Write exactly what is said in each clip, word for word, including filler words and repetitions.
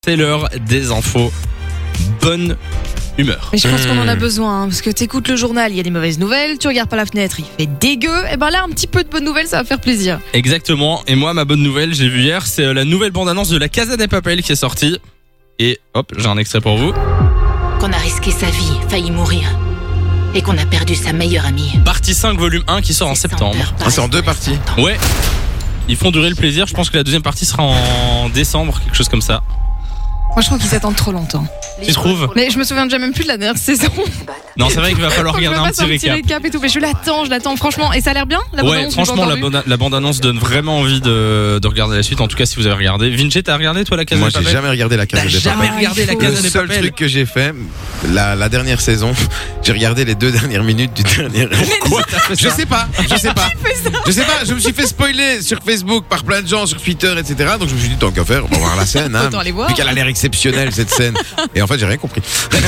C'est l'heure des infos. Bonne humeur. Mais je pense qu'on en a besoin, hein, parce que t'écoutes le journal, il y a des mauvaises nouvelles, tu regardes par la fenêtre, il fait dégueu, et ben là un petit peu de bonnes nouvelles, ça va faire plaisir. Exactement. Et moi, ma bonne nouvelle, j'ai vu hier, c'est la nouvelle bande-annonce de La Casa de Papel qui est sortie. Et hop, j'ai un extrait pour vous. Qu'on a risqué sa vie, failli mourir, et qu'on a perdu sa meilleure amie. Partie cinq, volume un qui sort en septembre. Ah, c'est en deux parties. Ouais. Ils font durer le plaisir. Je pense que la deuxième partie sera en décembre, quelque chose comme ça. Moi je trouve qu'ils attendent trop longtemps. Tu trouves? Mais je me souviens déjà même plus de la dernière saison. Non, c'est vrai qu'il va falloir Donc, regarder je un me petit passe récap. récap et tout, mais je l'attends, je l'attends franchement. Et ça a l'air bien la Ouais, bande-annonce, j'ai franchement, pas la, encore vu. bonne- la bande-annonce donne vraiment envie de, de regarder la suite. En tout cas, si vous avez regardé. Vinci, t'as regardé toi La Casa Moi, de j'ai Papel? jamais regardé la Casa T'as de jamais Papel. regardé La il faut. Casa Le de seul Papel? truc que j'ai fait, la, la dernière saison, j'ai regardé les deux dernières minutes du dernier. Pourquoi t'as fait Je ça? sais pas, je sais pas. Je sais pas, je me suis fait spoiler sur Facebook par plein de gens, sur Twitter, et cetera. Donc je me suis dit, tant qu'à faire, on va voir la scène. Hein, Autant aller voir. vu qu'elle a l'air exceptionnelle, cette scène. Et en fait, j'ai rien compris.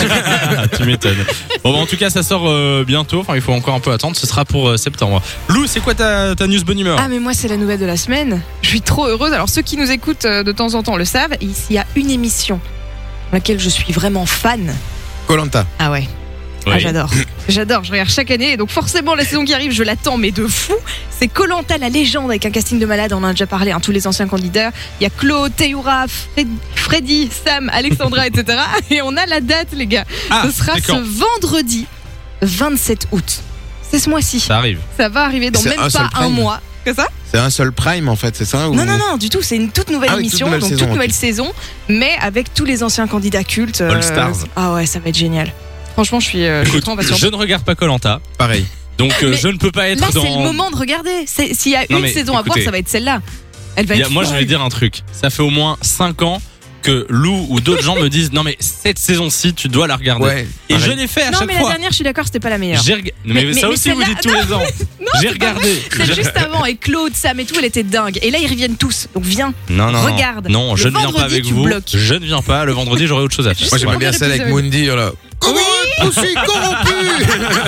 Tu m'étonnes. Bon, bah, en tout cas, ça sort euh, bientôt. Enfin, il faut encore un peu attendre. Ce sera pour euh, septembre. Lou, c'est quoi ta, ta news bonne humeur? Ah mais moi c'est la nouvelle de la semaine. Je suis trop heureuse. Alors ceux qui nous écoutent euh, de temps en temps le savent. Il y a une émission dans laquelle je suis vraiment fan. Koh-Lanta. Ah ouais. Oui. Ah, j'adore. J'adore, je regarde chaque année et donc forcément la saison qui arrive, je l'attends mais de fou. C'est Koh-Lanta la légende avec un casting de malade, on en a déjà parlé, hein, tous les anciens candidats. Il y a Claude, Théoura, Fred- Freddy, Sam, Alexandra, et cetera. Et on a la date les gars. Ah, ce sera c'est ce quand? vendredi vingt-sept août. C'est ce mois-ci. Ça arrive. Ça va arriver dans C'est même un seul pas un prime. mois. Que ça? C'est un seul prime, en fait, c'est ça ou... Non, non, non, du tout. C'est une toute nouvelle Ah oui, toute émission, nouvelle donc saison, toute ok. nouvelle saison, mais avec tous les anciens candidats cultes. All Stars. Ah ouais, ça va être génial. Franchement, je suis, euh, je suis Écoute, trop impatiente. je ne regarde pas Koh-Lanta, Pareil. donc euh, Mais je ne peux pas être Là, dans. c'est le moment de regarder. C'est- S'il y a Non, une mais saison à voir, écoutez. ça va être celle-là. Elle va Il y a- être moi, je vais folle. dire un truc. Ça fait au moins cinq ans que Lou ou d'autres gens me disent non mais cette saison-ci, tu dois la regarder. Ouais. Et je pareil. l'ai fait à Non, chaque mais la fois. dernière, je suis d'accord, c'était pas la meilleure. J'ai rega- mais, Mais- ça mais- aussi, mais vous dites tous celle-là- les ans. J'ai c'est pas regardé. Celle juste avant, et Claude, Sam et tout, elle était dingue. Et là, ils reviennent tous. Donc viens. Non, non, Regarde. non. Non, Le je ne viens pas vendredi, avec tu vous. bloques. Je ne viens pas. Le vendredi, j'aurai autre chose à faire. Moi, j'aimerais Voilà. bien celle avec Épisode. Mundi, là. Comment je suis corrompu.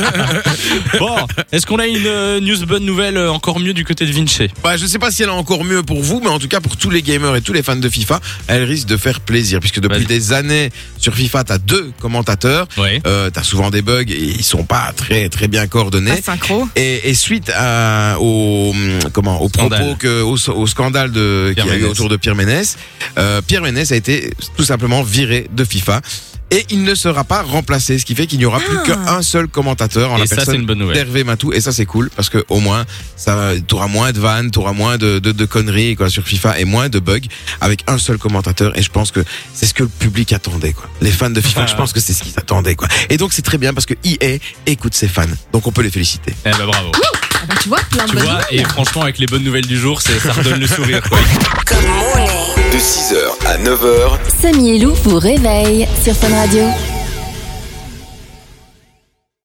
Bon, est-ce qu'on a une euh, news bonne nouvelle euh, encore mieux du côté de Vinci? Bah, je sais pas si elle est encore mieux pour vous, mais en tout cas pour tous les gamers et tous les fans de FIFA, elle risque de faire plaisir, puisque depuis Vas-y. des années sur FIFA, t'as deux commentateurs, Oui. euh, t'as souvent des bugs et ils sont pas très très bien coordonnés. Pas synchro. Et, et suite à, au hum, comment au Scandale. propos que au, au scandale de Pierre qu'il y a eu Ménès. autour de Pierre Ménès, euh, Pierre Ménès a été tout simplement viré de FIFA. Et il ne sera pas remplacé, ce qui fait qu'il n'y aura plus Ah. qu'un seul commentateur en Et la ça, personne c'est une bonne nouvelle. d'Hervé Matou. Et ça, c'est cool parce que au moins, ça, t'auras moins de vannes, t'auras moins de, de, de conneries quoi sur FIFA et moins de bugs avec un seul commentateur. Et je pense que c'est ce que le public attendait quoi. Les fans de FIFA, Ah. je pense que c'est ce qu'ils attendaient quoi. Et donc c'est très bien parce que E A écoute ses fans, donc on peut les féliciter. Eh ben bravo. Ah bah, tu vois, plein de Tu bonnes vois, et nouvelles. franchement, avec les bonnes nouvelles du jour, c'est- ça redonne le sourire. Quoi. De six heures à neuf heures, Samy et Lou vous réveille sur Fun Radio.